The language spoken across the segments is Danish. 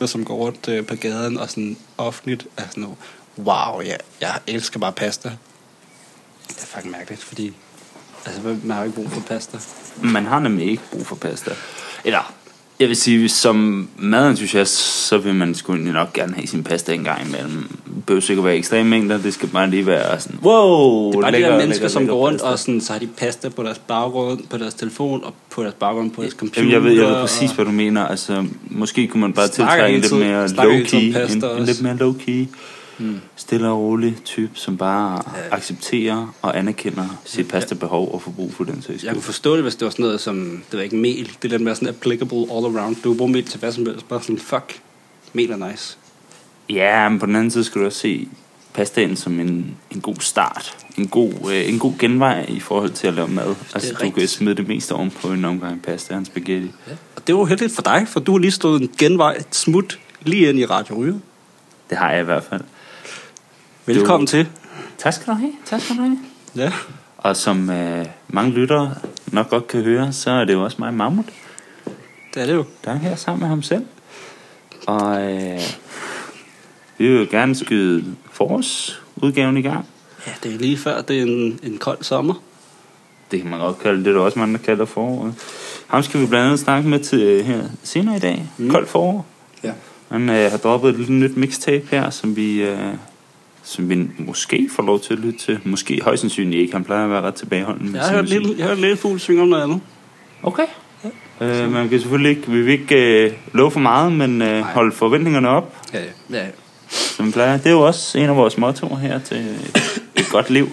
mennesker, som går rundt på gaden og sådan offentligt er sådan, wow, jeg elsker bare pasta. Det er faktisk mærkeligt, fordi altså, man har jo ikke brug for pasta. Man har nemlig ikke brug for pasta. Eller, jeg vil sige, som madentusiast, så vil man sgu nok gerne have sin pasta en gang imellem. Det behøver sikkert være ekstreme mængder, det skal bare lige være sådan, wow! Det er bare de der mennesker, som går rundt og sådan, så har de pasta på deres baggrund, på deres telefon og på deres baggrund på deres computer. Jamen, jeg ved præcis, hvad du mener. Altså, måske kunne man bare tiltrække en lidt mere low-key. En lidt mere low-key. Stille og rolig type, som bare accepterer og anerkender sit pasta-behov og forbrug for den sags. Jeg kunne forstå det, hvis det var sådan noget som, det var ikke mel. Det er lidt mere sådan applicable all around. Du bruger mel til hvad som helst. Bare sådan, fuck, mel er nice. Ja, men på den anden side skal du også se pastaen som en god start. En god genvej i forhold til at lave mad. Altså, du kan smide det meste ovenpå en omgang pasta og en spaghetti. Ja. Og det var heldigt for dig, for du har lige stået en genvej, et smut, lige ind i Radio Ryge. Det har jeg i hvert fald. Velkommen til. Tak skal du have. Ja. Og som mange lyttere nok godt kan høre, så er det jo også mig, Mammut. Det er det jo. Der er her sammen med ham selv. Og vi vil jo gerne skyde forårsudgaven i gang. Ja, det er lige før, det er en kold sommer. Det kan man godt kalde det. Det er også mange, der kalder foråret. Ham skal vi blandt andet snakke med til her senere i dag. Koldt forår. Ja. Han har droppet et lille nyt mixtape her, som vi måske får lov til at lytte til. Måske højst sandsynligt ikke. Han plejer at være ret tilbageholdende. Jeg har hørt lidt fugl synge om noget andet. Okay. Man kan selvfølgelig ikke, vi vil ikke love for meget, men holde forventningerne op. Ja. Som vi plejer. Det er jo også en af vores mottoer her til et godt liv.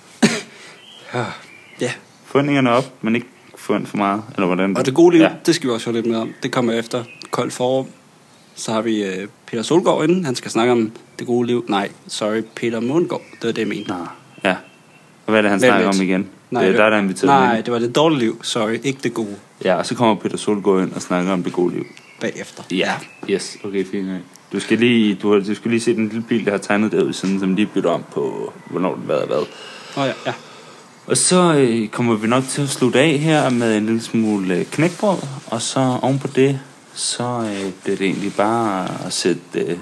Ja. Forventningerne op, men ikke forvent for meget. Eller hvordan? Og det gode liv, det skal vi også høre lidt mere om. Det kommer efter koldt forår. Så har vi Peter Solgaard inden. Han skal snakke om det gode liv. Nej, Peter Mundgaard. Det var det, jeg mente. Ja. Og hvad er det, han snakker om igen? Nej, det er der inviteret. Nej, det var det dårlige liv. Ikke det gode. Ja, og så kommer Peter Solgaard ind og snakker om det gode liv. Bagefter. Ja. Yes, okay, fint. Du skal lige se den lille bil, der har tegnet derude, sådan, som lige bytter om på, hvornår det har været. Ja. Og så kommer vi nok til at slutte af her med en lille smule knækbrød. Og så ovenpå det, så bliver det egentlig bare at sætte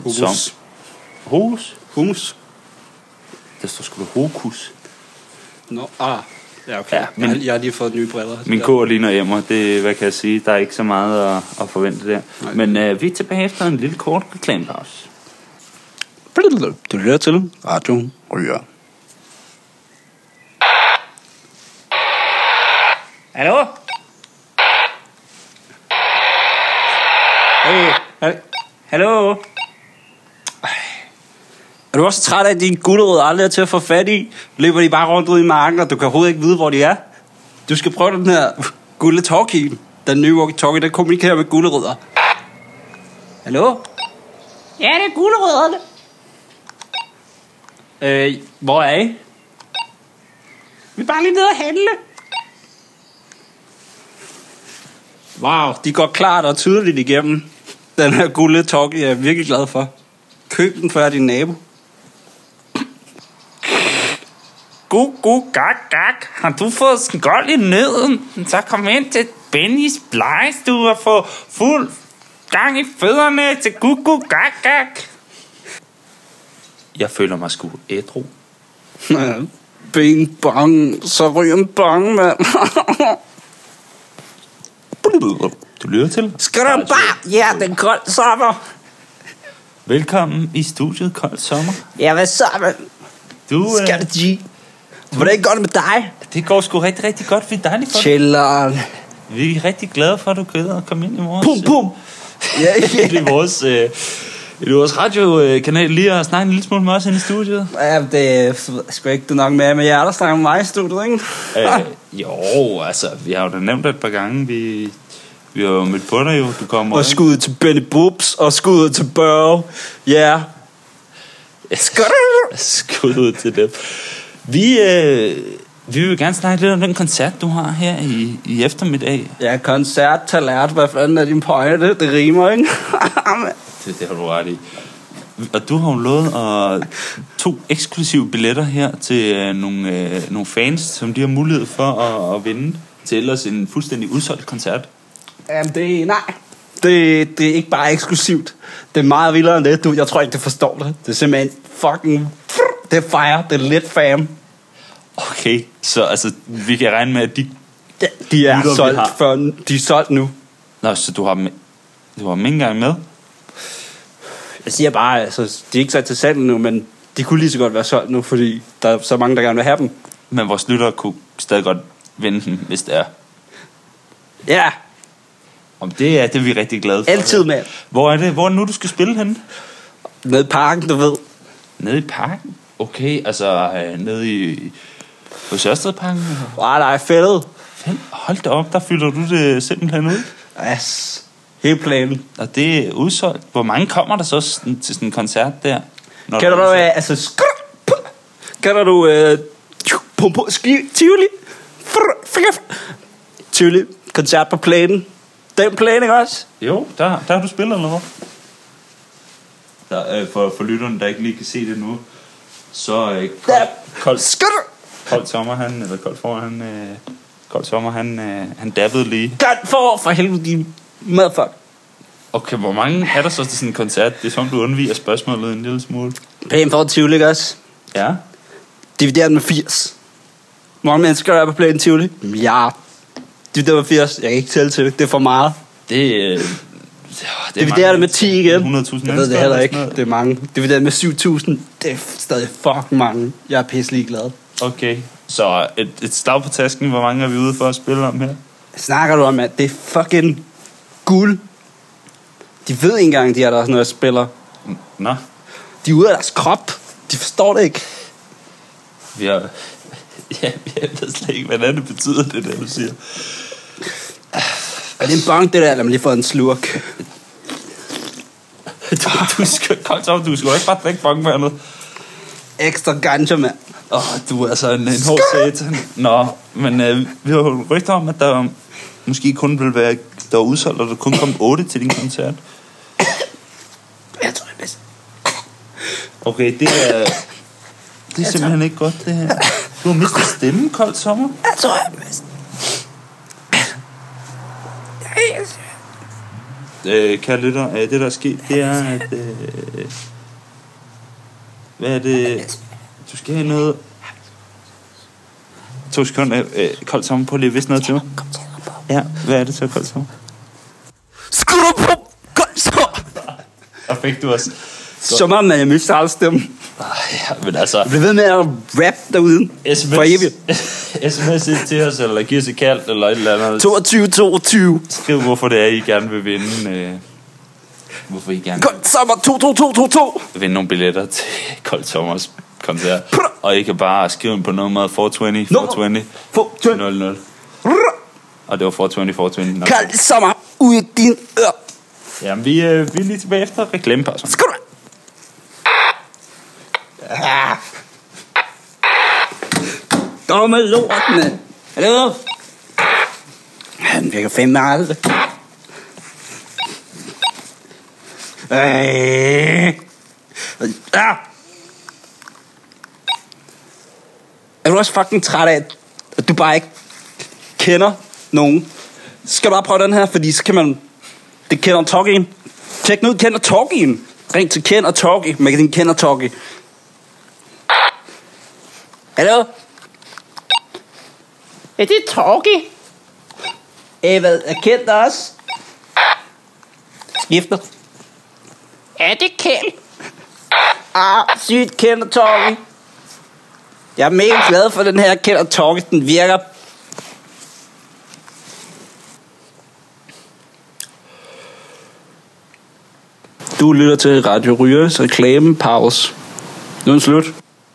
Hummus? Der står sgu da hokus. Ja, okay. Ja, jeg har lige fået nye briller. Min kår ligner Emmer. Det, hvad kan jeg sige? Der er ikke så meget at forvente der. Nej. Men vi er tilbage efter en lille kort reklamepause. Du lytter til Radio Ryger. Hallo? Hey. Hallo? Er du også træt af, at dine gulerødder aldrig er til at få fat i? Løber de bare rundt ud i marken, og du kan overhovedet ikke vide, hvor de er? Du skal prøve den her gulletalkie. Den nye walkie-talkie, der kommunikerer med gulerødder. Hallo? Ja, det er gulerødderne. Hvor er I? Vi er bare lige nede at handle. Wow, de går klart og tydeligt igennem. Den her gulletalkie er jeg virkelig glad for. Køb den før din nabo. Gak. Har du fået skold i nøden? Så kom ind til Bennys blegestue og få fuld gang i fødderne til gak. Jeg føler mig sgu ædru. Bing bang, så ryger en bang, mand. Du lytter til? Skal du bare? Ja, den kold sommer. Velkommen i studiet Kold Sommer. Ja, hvad så, man? Skal det G? Hvordan går det med dig? Det går sgu rigtig, rigtig godt. Vi er dejligt for dig. Chilleren. Vi er rigtig glade for, at du gider at komme ind i vores... Pum. I vores radiokanal lige at snakke en lille smule med os inde i studiet. Ja, det er sgu ikke det nok med jer, der snakker med mig i studiet, ikke? Jo, altså, vi har jo da nævnt det et par gange. Vi har jo mødt på dig jo. Du kommer og skuddet til Benny Boobs, og skuddet til Børge. Ja. Skuddet til dem. Vi vil gerne snakke lidt om den koncert, du har her i eftermiddag. Ja, koncert, talert. Hvad fanden er din pointe? Det rimer, ikke? det har du ret i. Og du har jo lovet 2 eksklusive billetter her til nogle fans, som de har mulighed for at vinde til ellers en fuldstændig udsolgt koncert. Jamen, nej. Det er ikke bare eksklusivt. Det er meget vildere end det. Jeg tror ikke, det forstår det. Det er simpelthen fucking... Det er fire. Det er lidt fam. Okay, så altså, vi kan regne med, at de er solgt før... De er solgt nu. Nå, så du har dem ikke engang med? Jeg siger bare, altså, de er ikke sat til salg nu, men de kunne lige så godt være solgt nu, fordi der er så mange, der gerne vil have dem. Men vores lyttere kunne stadig godt vinde dem, hvis det er. Ja. Om det er vi rigtig glade for. Altid, mand. Hvor er det nu, du skal spille henne? Nede i parken, du ved. Nede i parken? Okay, altså nede i... På Sørstedparken? Nej, fældet. Hold da op, der fylder du det simpelthen ud. Yes. Hele planen. Og det er udsolgt. Hvor mange kommer der så til sådan en koncert der? Kender du, altså... Kender du... Tivoli? Tivoli. Koncert på planen. Den plan, ikke også? Jo, der har du spillet, eller hvad? Der, for lytterne, der ikke lige kan se det nu, så Kold Sommer, han dabbede lige. Kold for helvede, de motherfucker. Okay, hvor mange er der så til sådan en koncert? Det er som du undviger spørgsmålet en lille smule. Plan for Tivoli, ikke også? Ja. Divideret med 80. Hvor mange mennesker er på planen Tivoli? Ja. Divideret med 80. Jeg kan ikke tælle til det. Det er for meget. Divideret med 10 igen. 100.000 mennesker. Jeg ved det heller ikke. Det er mange. Divideret med 7.000. Det er stadig fucking mange. Jeg er pisselig glad. Okay. Så et slag på tasken. Hvor mange er vi ude for at spille om her? Snakker du om, at det er fucking guld? De ved ikke engang, de er der sådan noget, spiller. Nå. De er ude af deres krop. De forstår det ikke. Jeg ved slet ikke, hvad det betyder, det der, du siger. Er det en bong, det der, eller man lige får en slurk? Du skal ikke bare drikke bongvandet. Ekstra ganja, mand. Du er altså en hård satan. Nå, men vi har rygter om, at der måske kun vil være, der er udsolgt, og der kun kom 8 til din koncert. Jeg tror, det er okay, det er simpelthen ikke godt, det her. Du har mistet stemmen, Kold Sommer. Jeg tror, jeg er bedst. Kære lytter, det der er sket, det er, at... hvad er det? Du skal have noget... 2 sekunder, Kold Sommer, på lige vist noget til mig. Ja, hvad er det så, Kold Sommer? Skud på, Kold Sommer! Og fik du også... Sommer, man, jeg mister alle stemmen. Ja, men altså... Jeg bliver ved med at rap derude. For evigt. SMS til os, eller giv os et kald, eller et eller andet. 22. Skriv, hvorfor det er, I gerne vil vinde. Hvorfor I gerne Kold Sommer 22. Vinde nogle billetter til Kold Sommers koncert. Og I kan bare skrive ind på nummeret 420 00. Og det var 420. Kold Sommer ud i din ør. Jamen, vi er lige tilbage efter reklamepausen. Skål. Dumme lort, mand. Hallo? Han virker fandme aldrig. Er du også fucking træt af, at du bare ikke kender nogen? Så skal du bare prøve den her, fordi så kan man... Det kender Talkie. Tjek nu ud, kender Talkie. Ring til Ken og Talkie. Magasin Ken og Talkie. Hallo? Er det Talkie? Hvad? Er Ken der også? Skifter. Er det Ken? Sygt Ken og Talkie. Jeg er mega glad for den her Ken og Talkie. Den virker. Du lytter til Radio Ryges reklamepause. Nu er den slut.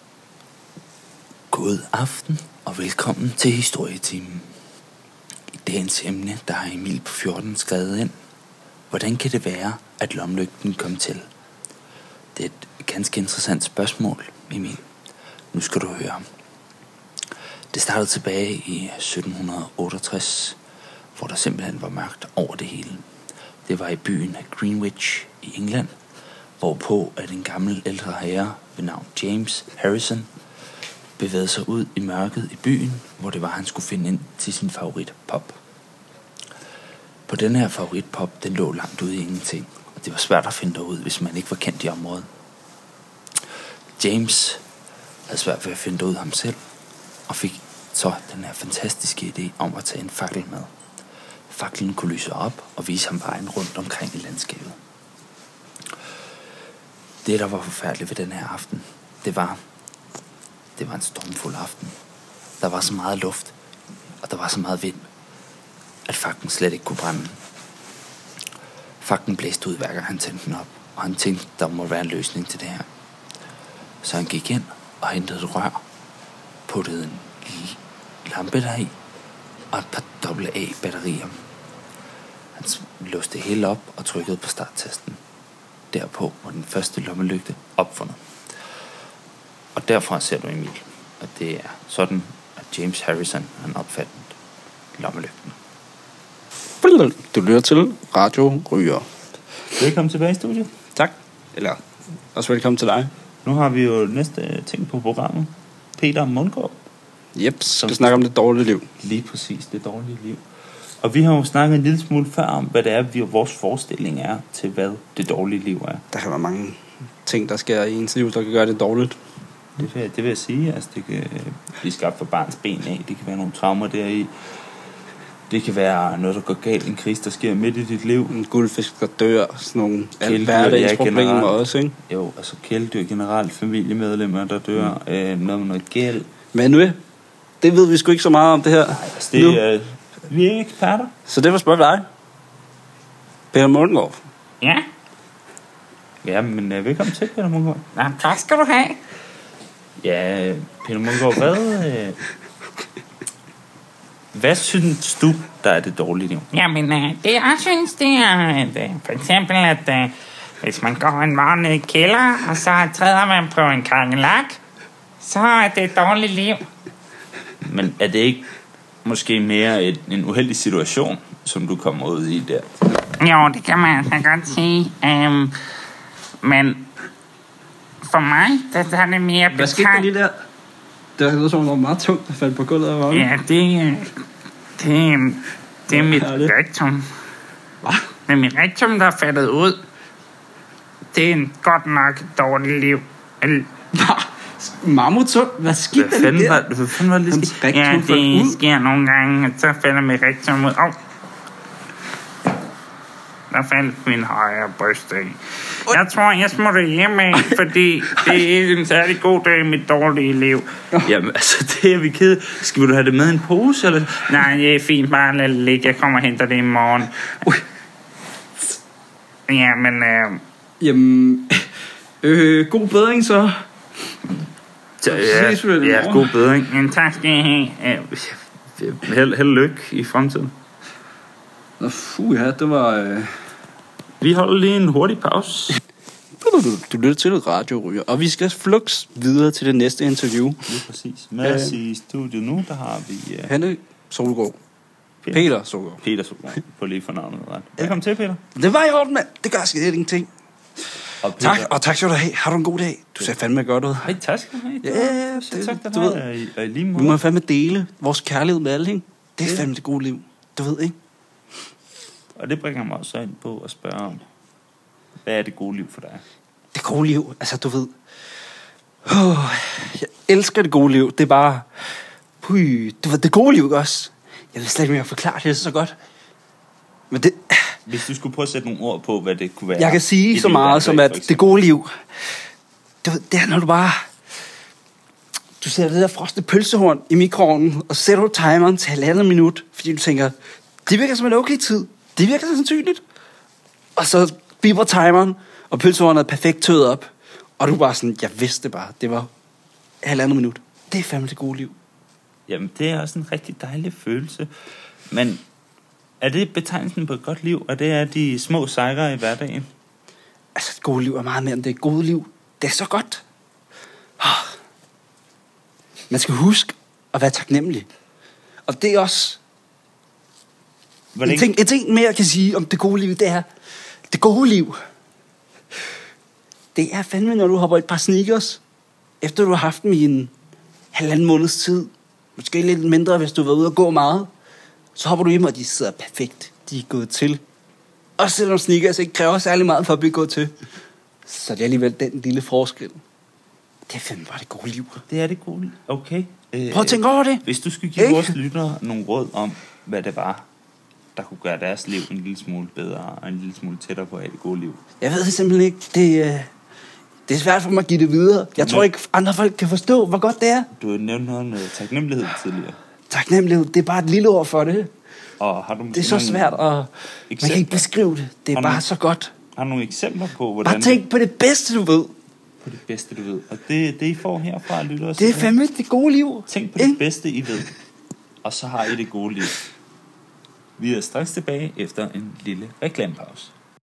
God aften og velkommen til Historietimen. I dagens emne, der har Emil på 14 skrevet ind. Hvordan kan det være, at lomlygten kom til? Det er et ganske interessant spørgsmål, Emil. Nu skal du høre. Det startede tilbage i 1768, hvor der simpelthen var mørkt over det hele. Det var i byen Greenwich i England, hvorpå at en gammel ældre herre ved navn James Harrison bevægede sig ud i mørket i byen, hvor det var, han skulle finde ind til sin favorit pop. På For den her favoritpop, den lå langt ude i ingenting. Og det var svært at finde derud, hvis man ikke var kendt i området. James havde svært ved at finde derud ham selv, og fik så den her fantastiske idé om at tage en fakkel med. Faklen kunne lyse op og vise ham vejen rundt omkring i landskabet. Det, der var forfærdeligt ved den her aften, det var en stormfuld aften. Der var så meget luft, og der var så meget vind, at faklen slet ikke kunne brænde. Faklen blæste ud hver gang han tændte den op, og han tænkte, der må være en løsning til det her. Så han gik ind og hentede et rør, puttede en lampe deri og et par AA-batterier. Han låste det hele op og trykkede på starttasten. Derpå var den første lommelygte opfundet. Og derfra ser du Emil, at det er sådan, at James Harrison han opfandt lommelygten. Du lytter til Radio Ryger. Velkommen tilbage i studiet. Tak. Eller også velkommen til dig. Nu har vi jo næste ting på programmet. Peter Mundgaard. Yep, så vi snakker om det dårlige liv. Lige præcis, det dårlige liv. Og vi har jo snakket en lille smule før om, hvad det er, vores forestilling er til, hvad det dårlige liv er. Der kan være mange ting, der sker i ens liv, der kan gøre det dårligt. Det vil jeg sige. Altså, det kan blive skabt for barns ben af. Det kan være nogle traumer deri. Det kan være noget, der går galt. En krise, der sker midt i dit liv. En guldfisk, der dør. Sådan nogle hverdagsproblemer også, ikke? Jo, altså kæledyr generelt. Familiemedlemmer, der dør. Noget med noget gæld. Men nu, det ved vi sgu ikke så meget om det her. Nej, altså det vi er ikke eksperter. Så det var spørgsmål dig. Peter Mundgaard. Ja, Ja, men velkommen til, Peter Mundgaard. nå, tak skal du have. Ja, Peter Mundgaard, hvad synes du, der er det dårlige liv? Jamen, det jeg synes, det er for eksempel, at hvis man går en morgen ned i kælder, og så træder man på en kakelak, så er det et dårligt liv. Men er det ikke måske mere en uheldig situation, som du kommer ud i der? Jo, det kan man altså godt sige. Men for mig, der er det mere Hvad skete der lige der? Det er noget, som var meget tungt, der faldt på gulvet af vognen. Ja, det er mit rektum. Hvad? Det er mit rektum, der er faldet ud. Det er en godt nok dårligt liv. Mammutund? Hvad skete der lige der? Hvad fanden var det lige sket? Ja, det sker nogle gange, at så falder mit rektum ud. Der faldt min højre bryst af. Jeg tror, jeg smutter hjemme af, fordi det er ikke en særlig god dag i mit dårlige liv. Jamen, altså, det er vi kede. Skal du have det med i en pose, eller? Nej, det er fint, bare lad det ligge. Jeg kommer og henter det i morgen. Ja, men... Jamen, god bedring så. Ja, god bedring. Men tak skal I have. Held lykke i fremtiden. Nå, ja, det var... Vi holder lige en hurtig pause. Du lytter til Radio Ryger, og vi skal flux videre til det næste interview. Lige præcis. Med os i studiet nu, der har vi... Henrik Solgaard. Peter Solgaard. Peter Solgaard, på lige for navnet ret. Velkommen til, Peter. Det var i orden, mand. Det gør slet ingenting. Og Peter, Tak, og tak skal du have. Har du en god dag? Du ser fandme godt ud. Hej, tak skal du have. Ja, tak, du ved. I lige Vi måde. må fandme dele vores kærlighed med alle, ikke? Det er fandme det gode liv. Du ved, ikke? Og det bringer mig også ind på at spørge om, hvad er det gode liv for dig? Det gode liv, altså du ved... jeg elsker det gode liv. Det er bare... du ved, det gode liv også. Jeg ved slet ikke, om jeg forklarer det så godt. Men det... Hvis du skulle prøve at sætte nogle ord på, hvad det kunne være. Jeg kan sige så meget som, at det gode liv... Det er, når du bare... Du sætter det der frosne pølsehorn i mikroovnen, og så sætter du timeren til 1,5 minut, fordi du tænker, det virker som en okay tid. Det virker sandsynligt. Og så biber timeren, og pølsehornet er perfekt tøet op. Og du er bare sådan, jeg vidste det bare. Det var 1,5 minut. Det er fandme det gode liv. Jamen, det er også en rigtig dejlig følelse. Men er det betegnelsen på et godt liv? Og det er de små sejre i hverdagen? Altså, det gode liv er meget mere end det gode liv. Det er så godt. Man skal huske at være taknemmelig. Og det er også... En ting mere, jeg kan sige om det gode liv, det er... Det gode liv, det er fandme, når du hopper et par sneakers, efter du har haft dem i en 1,5 måneds tid. Måske lidt mindre, hvis du har været ude og gå meget. Så hopper du hjem, og de sidder perfekt. de er gået til. Og selvom sneakers ikke kræver særlig meget for at blive gået til, så det er alligevel den lille forskel. Det er fandme bare det gode liv. Det er det gode liv. Okay. Prøv at tænke over det. Hvis du skulle give vores lyttere nogle råd om, hvad det var, der kunne gøre deres liv en lille smule bedre og en lille smule tættere på at have det gode liv. Jeg ved det simpelthen ikke. Det er svært for mig at give det videre. Jeg tror ikke, andre folk kan forstå, hvor godt det er. Du har nævnt noget med taknemmelighed tidligere. Taknemmelighed, det er bare et lille ord for det. Og har du det er så svært, og man kan ikke beskrive det. Det er bare så godt. Har du nogle eksempler på, hvordan... Bare tænk på det bedste, du ved. På det bedste, du ved. Og det I får herfra, lytter os. Det er fandme det gode liv. Tænk på det bedste, I ved. Og så har I det gode liv. Vi er straks tilbage efter en lille reklamepause.